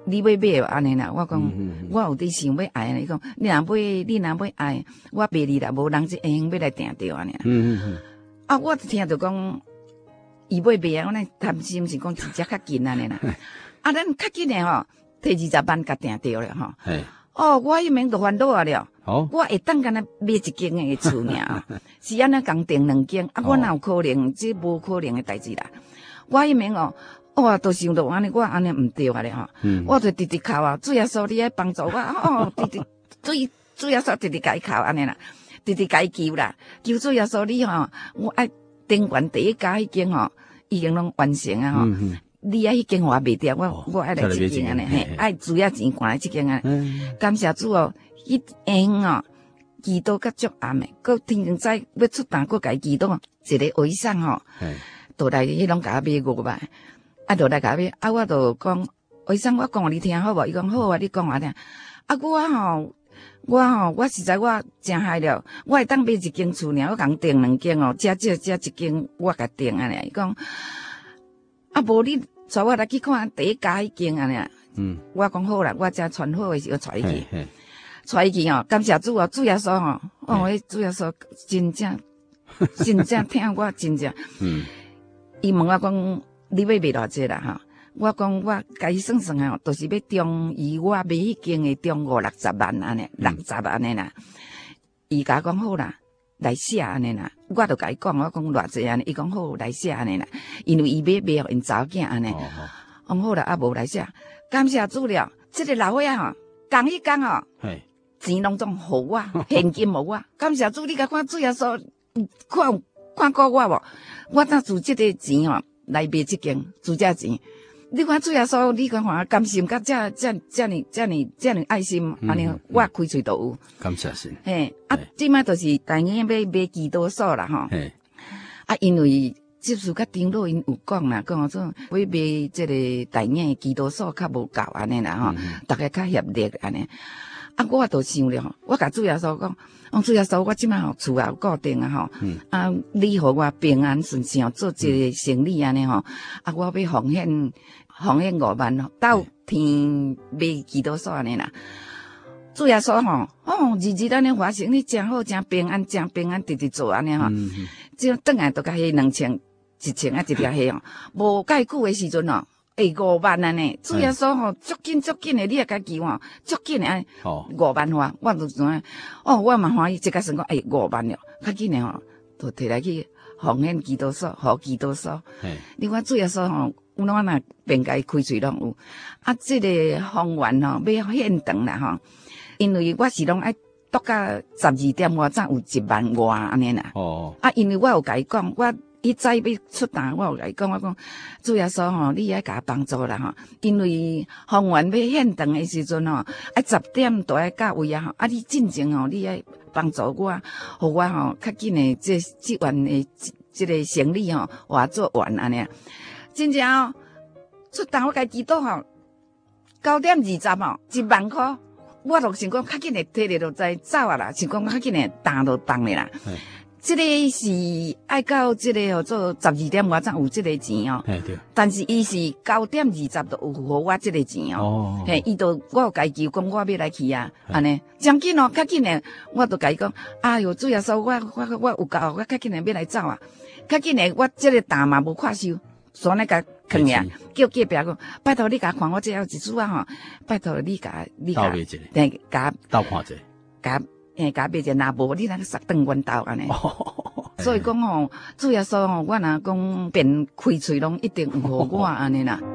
你要买安尼啦，我讲、嗯嗯嗯、我有伫想要爱，伊讲你若买，你若要爱，我卖你啦，无人即会用要来订着安尼。嗯嗯嗯。啊，我听着讲，伊要卖啊，我呢贪心是讲直接较紧安尼啦。啊，咱较紧诶吼，摕二十万甲订着了吼。哦，我迄面就烦恼啊了。哦。我会当干那买一间诶厝尔，是安尼共订两间，啊，我哪有可能？这无可能诶代志啦。我迄面哦。我都想到安尼，我安尼毋对啊咧吼，嗯、我就直直哭啊！主耶稣，你爱帮助我哦，直直主主耶稣直直甲伊哭安尼啦，直直甲伊求啦，求主耶稣你吼，我爱顶悬第一家迄间吼，已经拢完成啊吼，嗯嗯、你爱迄間我賣掉，我、哦、我愛來即間安尼，嘿，愛主要錢趕來即間安尼。感謝主哦，迄下哦，祈禱較足暗誒，佮天天早要出單，佮家祈禱，一個醫生吼，倒來迄攏甲我買五百。啊，就來甲我，啊，我就講，醫生，我講互你聽好無？伊講好啊，你講我聽。啊，我吼，我吼，我實在我真害了，我會當買一間厝爾，我共訂兩間哦，遮遮遮一間我甲訂安尼。伊講，啊，無你帶我來去看第一家迄間安尼。嗯。我講好啦，我才傳好誒時候帶伊去，帶伊去哦，感謝主哦，主耶穌吼，哦，迄主耶穌真正真正聽我真正。嗯。伊問我講。你要賣偌濟啦哈？我講我甲伊算算啊，就是要中意我買迄間誒中五六十萬安尼，六十安尼啦。伊甲我講好啦，來寫安尼啦。我就甲伊講，我講偌濟安尼，伊講好來寫安尼啦。因為伊要賣互因查某囝安尼。講好啦，啊無來寫，感謝主了。即個老伙仔吼，講一講哦，錢攏總互我，現金互我。感謝主，你甲看主耶穌看看過我無？我當做即個錢吼。來買這間租這錢，你看主耶穌，你講話甘心甲這這這呢這呢這呢愛心，安尼我開喙都有。感謝神。嘿，啊，即擺就是大家要買祈禱所啦吼。嘿，啊，因為接觸甲長老因有講啦，講說要買這個大家祈禱所較無夠安尼啦吼，大家較協力安尼。啊，我都想了，我甲主耶穌講，講主耶穌，我即擺吼厝也有固定啊吼，嗯、啊，你互我平安順暢做一個生意安尼吼，啊，我要奉獻奉獻五萬到天買祈禱所安尼啦。主耶穌吼，哦，日日安尼發生，你真好，真平安，真平安，直直做安尼吼，即轉來都甲迄兩千一千啊，一條迄哦，無介久誒時陣哦。誒，五萬安尼，主耶穌吼，足緊足緊誒，你也甲求吼，足緊誒，五萬花，我就怎哦，我嘛歡喜，即個算講誒五萬了，較緊誒吼，就摕來去奉獻祈禱所，互祈禱所。你看主耶穌吼，有哪若便甲伊開喙攏有，啊，即個方圓吼要獻長啦吼，因為我是攏愛讀到十二點外才有一萬外安尼啦。哦，啊，因為我有甲伊講，我。伊早要出單，我有甲伊講，我講主耶穌吼，你愛甲我幫助啦吼，因為方圓要獻長誒時陣吼，啊十點都愛到位啊吼，啊你進前吼，你愛幫助我，互我吼較緊誒，即即完誒即個生理吼，我做完安尼，真正哦，出單我家己都吼，九點二十吼，一萬塊，我就想講較緊誒，摕咧就知走啊啦，想講較緊誒，單就當咧啦。這個是愛到這個叫做十二點我才有這個錢哦，但是伊是九點二十就有付我這個錢哦，嘿，伊就我有家己講我要來去啊，安尼，將緊哦，較緊誒，我就家己講，哎喲，主耶穌，我我我有夠，我較緊誒要來走啊，較緊誒，我這個單嘛無看收，所以甲囥呀，叫隔壁講，拜託你甲看我這有一組啊吼，拜託你甲你甲，對，甲鬥看者，甲。誒，甲買者若無，你若殺斷阮兜安尼。所以講吼，主耶穌吼，我若講變開喙攏一定有互我安尼啦。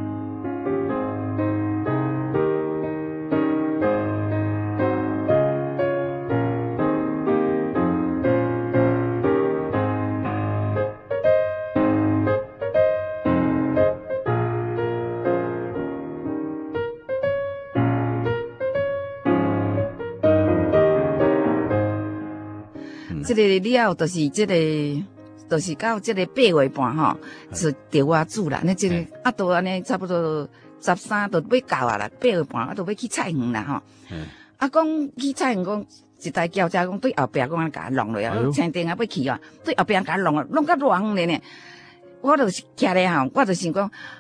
这个了后，就是这个，就是到这个八月半吼，是着我煮啦。那这个啊，都安尼差不多十三都要到啊啦。八月半啊，都要去菜园啦吼。啊，讲去菜园，讲一台轿车，讲对后壁讲甲弄落啊，青灯啊要去啊，对后壁甲弄啊，弄甲乱咧呢。我就是徛咧吼，我就想讲，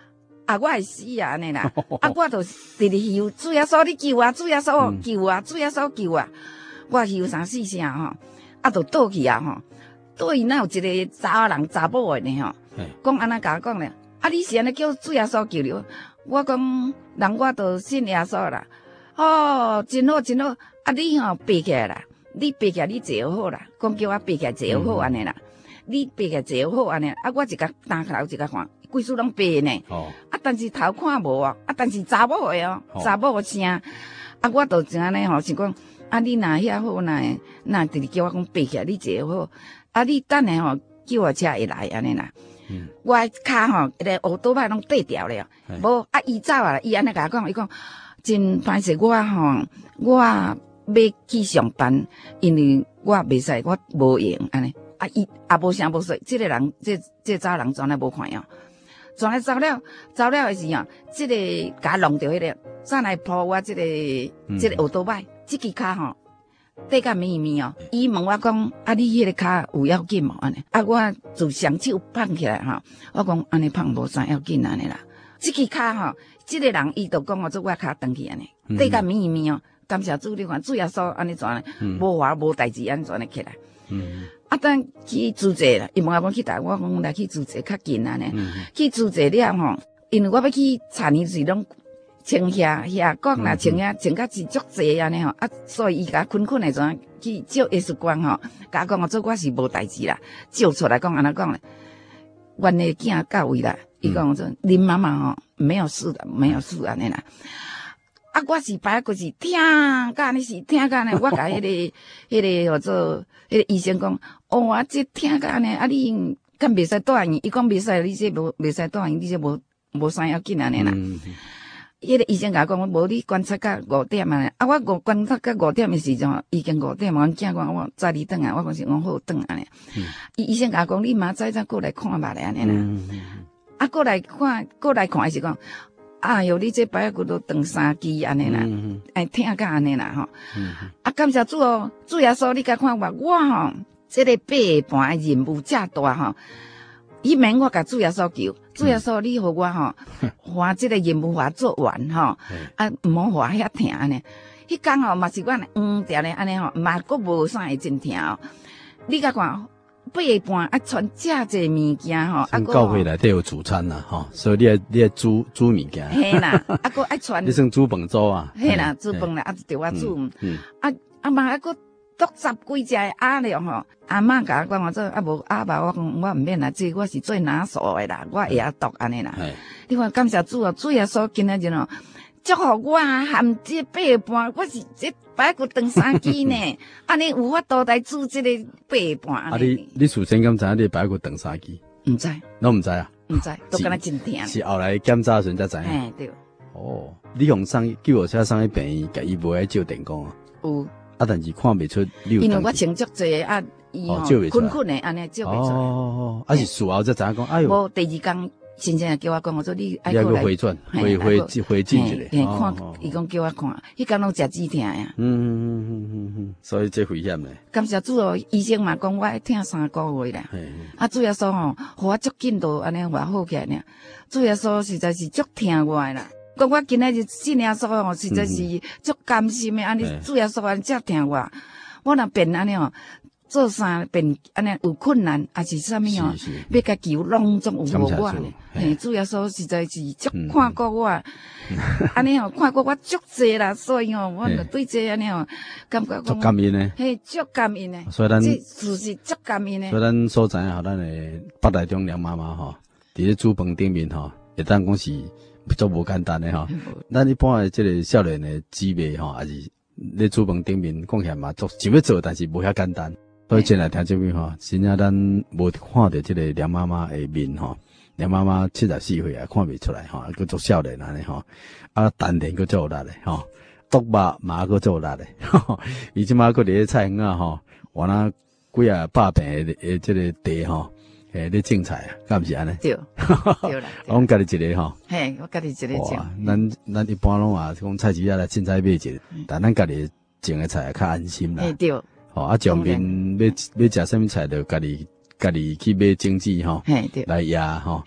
啊，我会死啊安尼啦，啊，我就直直游，主耶稣你救啊，主耶稣救啊，主耶稣救啊，我游三四声吼，啊，就倒去啊吼，倒去哪有一个查某人查某的呢吼，讲安那甲我讲咧，啊，你是安尼叫主耶稣救你，我讲人我都信耶稣啦，哦，真好真好，啊，你吼爬起来啦，你爬起来你坐好啦，讲叫我爬起来坐好安尼啦，你爬起来坐好安尼，啊，我一甲担头一甲看。规厝拢白呢，哦、啊，但是头看无啊，啊，但是查某的哦，查某的声，啊，我就真安尼吼，是讲，啊，你若遐好，若若直直叫我讲爬起来，你坐好，啊，你等下吼，叫我车会来安尼啦，嗯、我骹吼，迄个乌倒摆拢缀掉了，无啊，伊走啊，伊安尼甲我讲，伊讲真歹势，我吼，我要去上班，因为我袂使，我无用安尼，啊，伊也无声无说，即、这个人，即即查人全来无看样。转来走了，走了的时候，这个甲弄着迄个，再来抱我这个，嗯、这个乌倒摆，这支骹吼，底甲咪咪哦。伊问我讲，啊，你迄个骹有要紧无？安尼，啊，我就双手放起来吼，我讲安尼放无啥要紧安尼啦。这支骹吼，这个人伊就讲我做我骹断去安尼，底甲咪咪哦。感谢主，你看主耶稣安尼怎呢？无话无代志安尼怎呢起来？嗯啊，等去租者啦，伊问我讲去倒，我讲来去租者较近安尼。嗯、去租者了吼，因为我要去田里时拢穿遐遐讲啦，穿遐穿甲是足济安尼吼，啊，所以伊甲困困的阵去照 X 光吼，甲讲我做我是无代志啦，照出来讲安尼讲咧，阮的囝到位啦，伊讲说林妈妈吼没有事的，没有事安尼啦。啊，我是摆个是听，甲安尼是听甲安尼，我甲迄、那个、迄个叫做迄个医生讲，哦，啊，这听甲安尼，啊，你敢袂使住院？伊讲袂使，你这无袂使住院，你这无无啥要紧安尼啦。迄、嗯、个医生甲我讲，无你观察到五点啊，啊，我五观察到五点的时阵，已经五点，阮囝讲我早你转啊，我讲是讲好转安尼。伊、嗯、医生甲我讲，你明仔再过来看目咧安尼啦。嗯、啊，过来看，过来看是讲。哎哟，你这摆骨都断三支安尼啦，哎，听甲安尼啦吼。啊，感谢主哦，主耶稣，你甲看我，我吼，这个八半的任务遮大吼，伊免我甲主耶稣求，主耶稣你互我吼，把这个任务把做完吼，啊，毋好话遐疼安尼。迄工吼嘛是阮黄条咧安尼吼，嘛佫无啥会真疼哦。你甲看。八半啊，传遮济物件吼，啊， 教会内底有主餐啦，吼，所以你爱你爱煮煮物件。 嘿啦，啊，佫爱传。 你算煮饭煮啊？ 嘿啦，煮饭啦，啊，就我煮。嗯。啊啊嘛，啊佫剁十几只鸭了吼，阿嬷甲我讲我做啊无鸭吧，我讲我毋免啦，这我是最拿手的啦，我会晓剁安尼啦。你看感谢主啊，主耶稣今仔日哦。祝福我含这八半，我是这摆骨断三支呢，安尼有法度来煮这个八半。 啊，你你事先敢知影你摆骨断三支？ 唔知， 拢唔知啊？ 唔知，都敢若真疼。 是后来检查时才知影。 哎，对。 哦，你用送叫我车送去病院，甲伊无爱照电工啊？ 有。 啊，但是看袂出你有。 因为我穿足济啊，伊吼困困的安尼照袂出来。 哦，啊是事后才知影讲，哎哟。 无第二工。先生叫我讲，我说你爱过来回转，回回回进一个。看，伊讲叫我看，迄工拢食止疼呀。 嗯嗯嗯嗯嗯，所以这危险嘞。 感谢主哦，医生嘛讲我爱听三个月啦。啊，主耶稣吼，互我足紧都安尼活好起来呢。主耶稣实在是足听我的啦。讲我今仔日信耶稣吼，实在是足甘心的，安尼主耶稣安尼遮听我，我若变安尼哦。做啥变安尼有困难，还是啥物哦？要甲求拢总有无我呢？嘿，主耶稣实在是足看过我，安尼哦看过我足济啦，所以哦，我着对这安尼哦，感觉足感恩呢。 嘿，足感恩呢。 所以咱这事实足感恩呢。 所以咱所知影，咱的北台中梁妈妈吼，伫咧煮饭顶面吼，会当讲是足无简单的吼。咱一般的这个少年的滋味吼，还是咧煮饭顶面讲起来嘛，做想要做，但是无遐简单。所以进来听这边吼，真正咱无看到这个梁妈妈的面吼，梁妈妈七十四岁啊，看袂出来吼，佮做少年安尼吼，啊，丹田佮做力的吼，剁肉嘛佮做力的，伊即马佮伫咧菜园啊吼，完了几啊百平的诶，这个地吼，诶，咧种菜啊，敢毋是安尼？ 对，对啦。 我家己一个吼， 嘿，我家己一个种。 咱咱一般拢啊，讲菜市仔来凊彩买一个，但咱家己种的菜较安心啦。 嘿，对。 哦，啊，上面要要食什么菜，就家己家己去买种子吼，来压吼，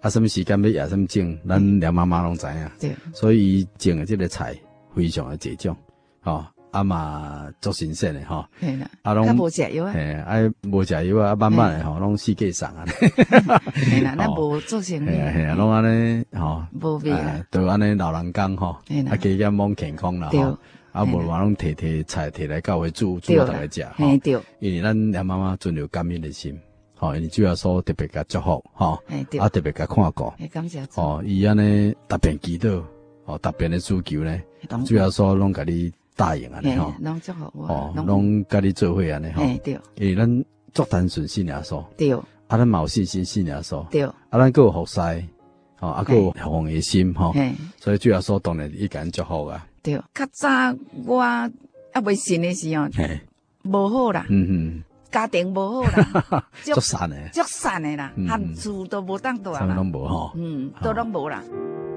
啊，什么时间要野什么种，咱梁妈妈拢知影。 对， 所以伊种的这个菜非常的集中，吼，啊嘛足新鲜的吼。 嘿啦， 啊拢无食药啊。 嘿，啊无食药啊，慢慢的吼，拢四界送啊。 嘿啦，咱无做生意。 嘿啊嘿啊，拢安尼吼， 无味啦， 都安尼老人讲吼，啊加减冇健康啦吼。啊，无话拢摕摕菜摕来教会煮煮互大家食吼。对，因为咱梁妈妈存有感恩的心。吼，因为主要说特别甲祝福，吼，啊特别甲看顾， 感谢主。 哦，伊安尼特别祈祷，哦，特别的需求呢，主要说拢甲你答应安尼吼， 拢祝福我， 哦，拢甲你做伙安尼吼， 对， 因为咱足单纯信耶稣， 对， 啊，咱嘛有信心信耶稣， 对， 啊，咱佫有服侍，吼，啊，佫有奉的心吼，所以主要说当然伊甲咱祝福啊， 对，较早我啊未信的时候，无好啦，嗯嗯。家庭无好啦， 足散的， 足散的啦，含厝都无当住啊， 啥拢无吼， 嗯，都拢无啦。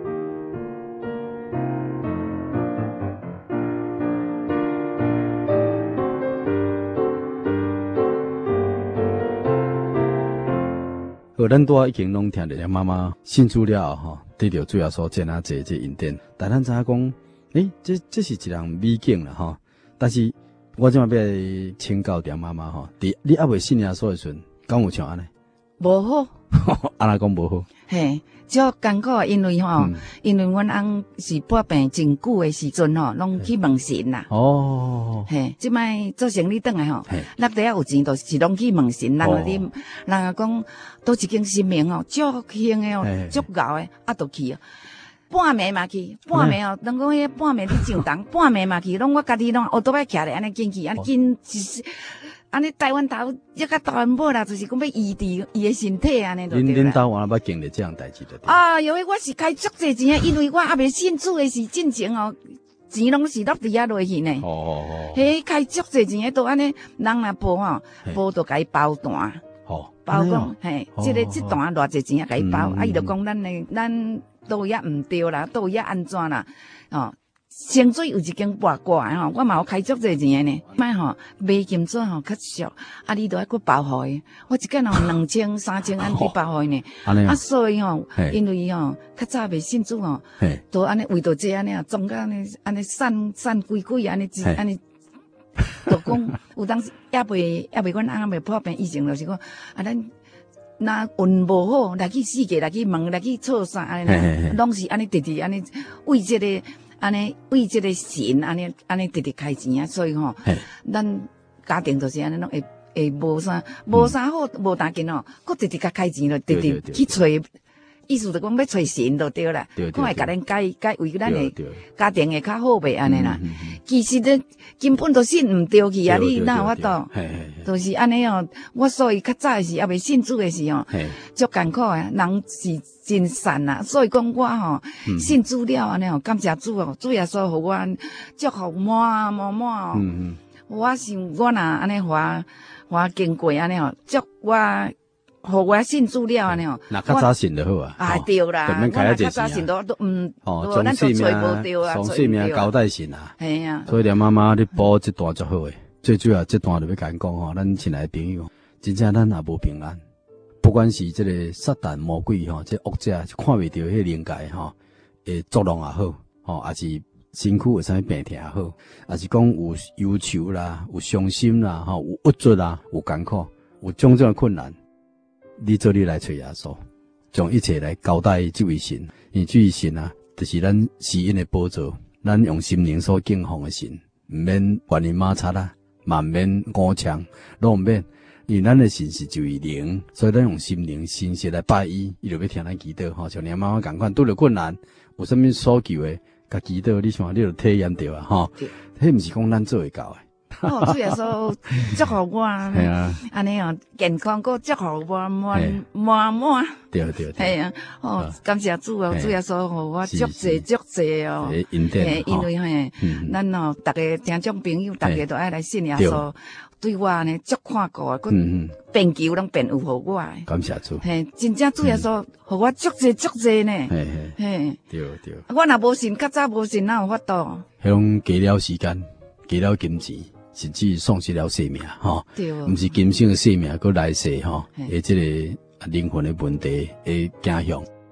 好，咱拄已经拢听着咱妈妈信主了吼，得到主要所见啊，这这恩典。但咱知影讲，诶，这这是一人美景啦吼，但是。我即马要请教梁妈妈吼，伫你还未信耶稣的时阵，敢有像安尼？ 无好， 安那讲无好？ 嘿，足艰苦，因为吼，嗯、因为阮翁是破病真久的时阵吼，拢去问神啦。哦，嘿，即摆做生意转来吼，咱底下有钱，就是拢去问神，人你人啊讲倒一间新名哦，足兴的哦，足牛的，啊，就去啊。半暝嘛去，半暝哦，当讲迄半暝伫上当，半暝嘛去，拢我家己拢学倒摆徛咧，安尼进去，安尼进就是，安尼台湾头一个台湾尾啦，就是讲要医治伊的身体安尼就对啦。 恁恁兜原来捌经历这样代志的。 啊，因为我是开足济钱，因为我还未信主的是进前哦，钱拢是落地下落去呢。哦哦哦。嘿，开足济钱，都安尼人若报吼，报就甲伊包单。哦。包讲，嘿，即个即单偌济钱啊，甲伊包，啊，伊就讲咱的咱。倒也毋对啦，倒也安怎啦？哦，清水有一间八卦吼，我嘛有开足济钱呢。卖吼买金纸吼较俗，啊，你都爱去包互伊。我一间吼两千、三千安去包互伊呢。啊，所以吼，因为吼较早未信主吼，都安尼为着这安尼啊，总甲安尼安尼散散规规安尼安尼，就讲有当时也未也未阮翁未破病以前，就是讲啊咱。那运无好，来去世界，来去问，来去错啥安尼，拢是安尼直直安尼为这个安尼为这个神安尼安尼直直开钱啊，所以吼，咱家庭就是安尼拢会会无啥无啥好无大紧哦，佫直直甲开钱咯，直直去找，意思就讲要找神就对啦，看会甲咱解解为咱的家庭会较好袂安尼啦。其实咧根本都信毋对去啊，你哪有法度？就是安尼哦。我所以较早的时还未信主的时候，足艰苦诶，人是真善啊。所以讲我吼信主了安尼哦，感谢主哦，主耶稣互我祝福满满满哦。我想我若安尼话话经过安尼哦，祝我。互我信主了安尼哦， 那较早信就好啊。 啊对啦，我若较早信都都嗯， 哦， 咱都揣无着啊， 从性命交代信啊。 系啊。 所以梁妈妈你补这段就好诶，最主要这段就要甲讲吼，咱亲爱的朋友，真正咱也无平安，不管是这个撒旦魔鬼吼，这恶者看袂到迄灵界吼，诶作弄也好，吼，也是身躯有啥病痛也好，也是讲有忧愁啦，有伤心啦，吼，有郁卒啦，有艰苦，有种种困难。你做你来找耶稣，将一切来交代这位神，因为这位神啊，就是咱施恩的宝座，咱用心灵所敬奉的神，唔免万人马叉啦，嘛唔免五枪，拢唔免，因为咱的神是一位灵，所以咱用心灵心切来拜伊，伊就要听咱祈祷吼，像连妈妈共款拄着困难，有啥物所求的，甲祈祷，你想你就体验到啊，吼，迄毋是讲咱做会到的。 哦，主耶稣祝福我，系啊，安尼哦，健康个祝福我满满满， 对对对， 系啊，哦，感谢主哦，主耶稣互我足济足济哦， 因为嘿，咱哦，逐个听众朋友，逐个都爱来信耶稣，对我呢足看顾啊，佮变求拢变有互我， 感谢主， 嘿，真正主耶稣互我足济足济呢，嘿嘿，对对， 我若无信，较早无信，哪有法度？ 迄种加了时间，加了金钱。甚至丧失了生命，吼，毋是今生的生命，佮来世吼，诶，即个灵魂的问题，诶，惊吓。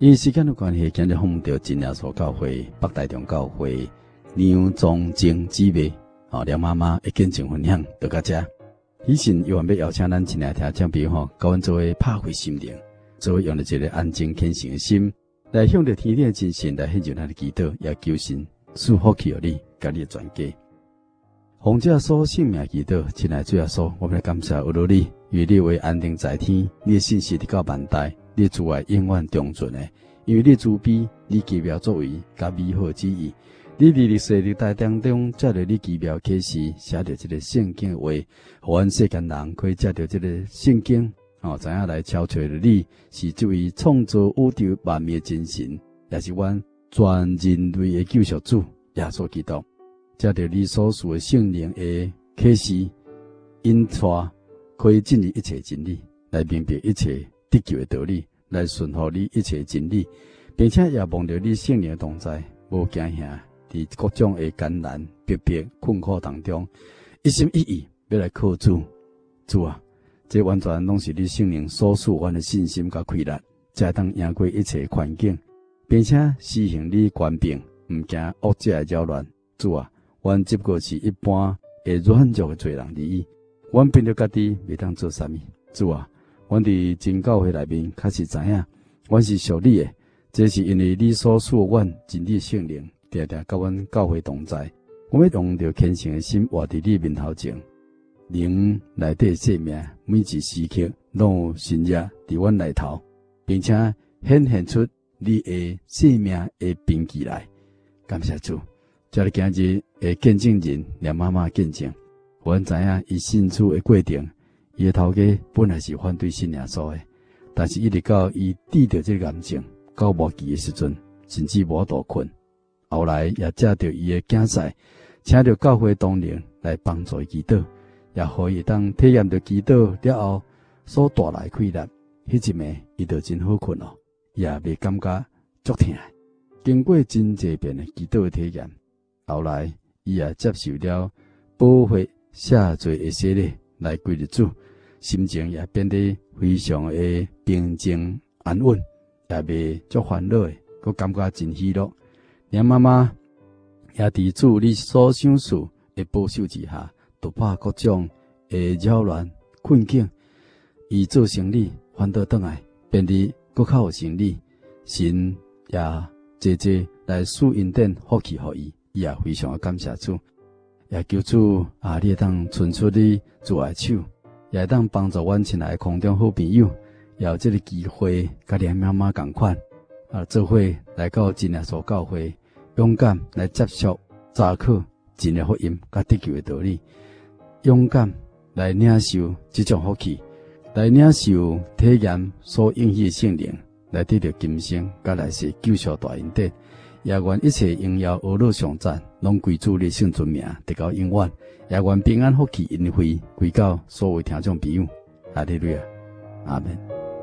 因时间的关系，今日访问到真耶稣教会、北台中教会梁宗正姊妹，哦，梁妈妈的见证分享到到这。以前又要邀请咱亲爱听众朋友吼，甲阮做为拍开心灵，做为用了一个安静虔诚的心，来向着天顶的真神来献上咱的祈祷，也求神赐福气予你，甲你的全家。奉这所性命祈祷，亲爱主耶稣，我们来感谢有了你，因为你为安定在天，你的信息直到万代，你慈爱永远长存的，因为你慈悲，你奇妙作为，甲美好旨意。你伫历史历代当中，借着你奇妙启示，写着这个圣经的话，互阮世间人可以借着这个圣经，哦，知影来超找着你是这位创造宇宙万物的真神，也是阮全人类的救赎主耶稣基督。借着你所赐的圣灵的启示，引带可以进入一切真理，来明白一切得救的道理，来顺服你一切真理，并且也望着你圣灵的同在，无惊吓。伫各种的艰难、逼迫、困苦当中，一心一意要来靠主。主啊，这完全拢是你圣灵所赐阮的信心甲气力，才当赢过一切环境，并且施行你权柄，毋惊恶者的扰乱。主啊，阮只不过是一般会软弱的罪人而已，阮凭着家己袂当做啥物。主啊，阮伫真教会内面确实知影，阮是属你的，这是因为你所赐阮真理圣灵。定定甲阮教会同在，我要用着虔诚的心活伫你面头前，灵内底生命每一时刻拢有新热伫阮内头，并且显现出你的生命的凭据来。感谢主，这个今日的见证人梁妈妈见证，阮知影伊信主的过程，伊的头家本来是反对信耶稣的，但是一直到伊治着这个癌症到末期的时阵，甚至无多困。后来也借着伊的竞赛，请着教会同龄来帮助伊祈祷，也可以当体验着祈祷了后所带来快乐。迄一暝伊就真好困哦，也袂感觉足痛。经过真济遍的祈祷的体验，后来伊也接受了保会下罪的洗礼来归入主，心情也变得非常的平静安稳，也袂足烦恼的，佮感觉真喜乐。梁妈妈也伫主你所想事的保守之下，突破各种的扰乱困境，伊做生理反倒倒来，变得更较有生理，神也节节来赐恩典福气予伊，伊也非常的感谢主，也求主啊，你会当伸出你慈爱手，也会当帮助阮亲爱的空中好朋友，也有这个机会，甲梁妈妈共款啊，做伙来到真耶稣教会。勇敢来接受查考真的福音甲得救的道理，勇敢来领受这种福气，来领受体验所应许的圣灵，来得到今生甲来世救赎大恩典，也愿一切荣耀阿乐上赞，拢归主你圣尊名，直到永远。也愿平安福气恩惠归到所有听众朋友。哈利路亚，阿门。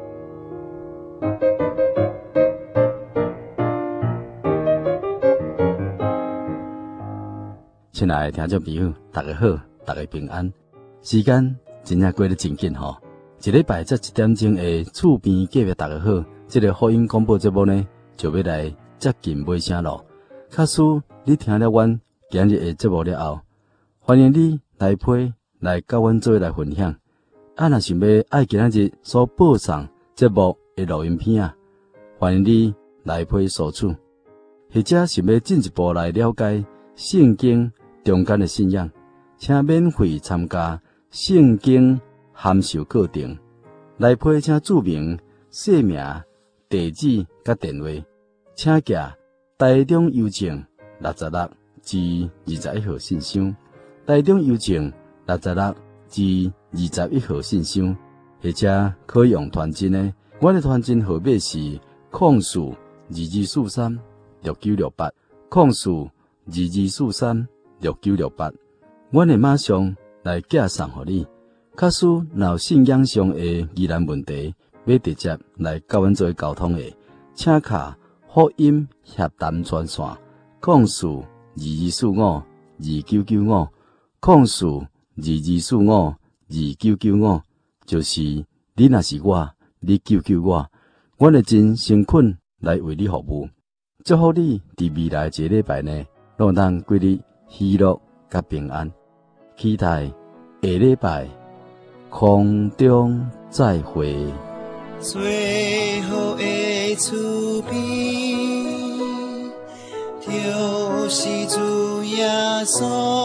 亲爱的听众朋友，大家好，大家平安。时间真正过得真紧吼，一礼拜这一点钟的厝边隔壁大家好，这个福音广播节目呢，就要来接近尾声咯。假使你听了阮今日的节目了后，欢迎你来批来甲阮做来分享。啊，若想要爱今仔日所播送节目的录音片啊，欢迎你来批索取，或者想要进一步来了解圣经中间的信仰，请免费参加圣经函授课程。来批请注明姓名、地址甲电话，请寄台中邮政六十六至二十一号信箱，台中邮政六十六至二十一号信箱，或者可以用传真的，我的传真号码是空四二二四三六九六八，空四二二四三六九六八，我会马上来寄送给你。假使若有信仰上的疑难问题，要直接来甲阮做沟通的，请卡福音协谈专线，空四二二四五二九九五，空四二二四五二九九五，就是你若是我，你救救我，我会真诚恳来为你服务。祝福你伫未来一个礼拜呢，拢当过日喜乐甲平安。期待下礼拜空中再会。 最后的厝边，就是主耶稣，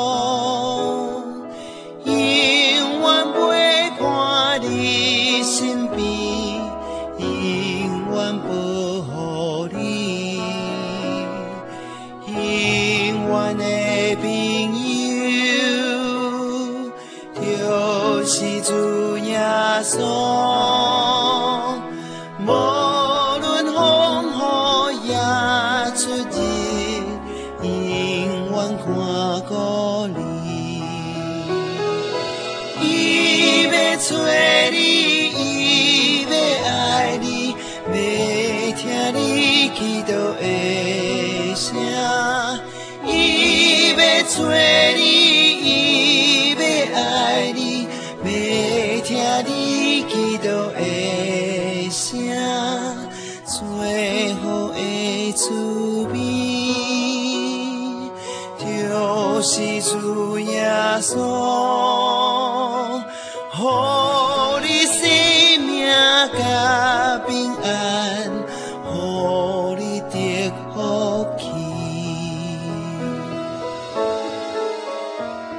永远陪伴你身边，永远保护你，永远的朋友，就是主耶稣。无论风雨也出日，永远看顾你。伊要找你，伊要爱你，要听你祈祷的声。伊要找你，伊要爱你，要听你祈祷的声。最好的滋味，就是主耶稣，予你生命甲平安，予你得福气。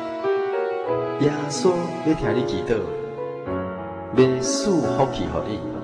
耶稣要听你祈祷，要赐福气予你。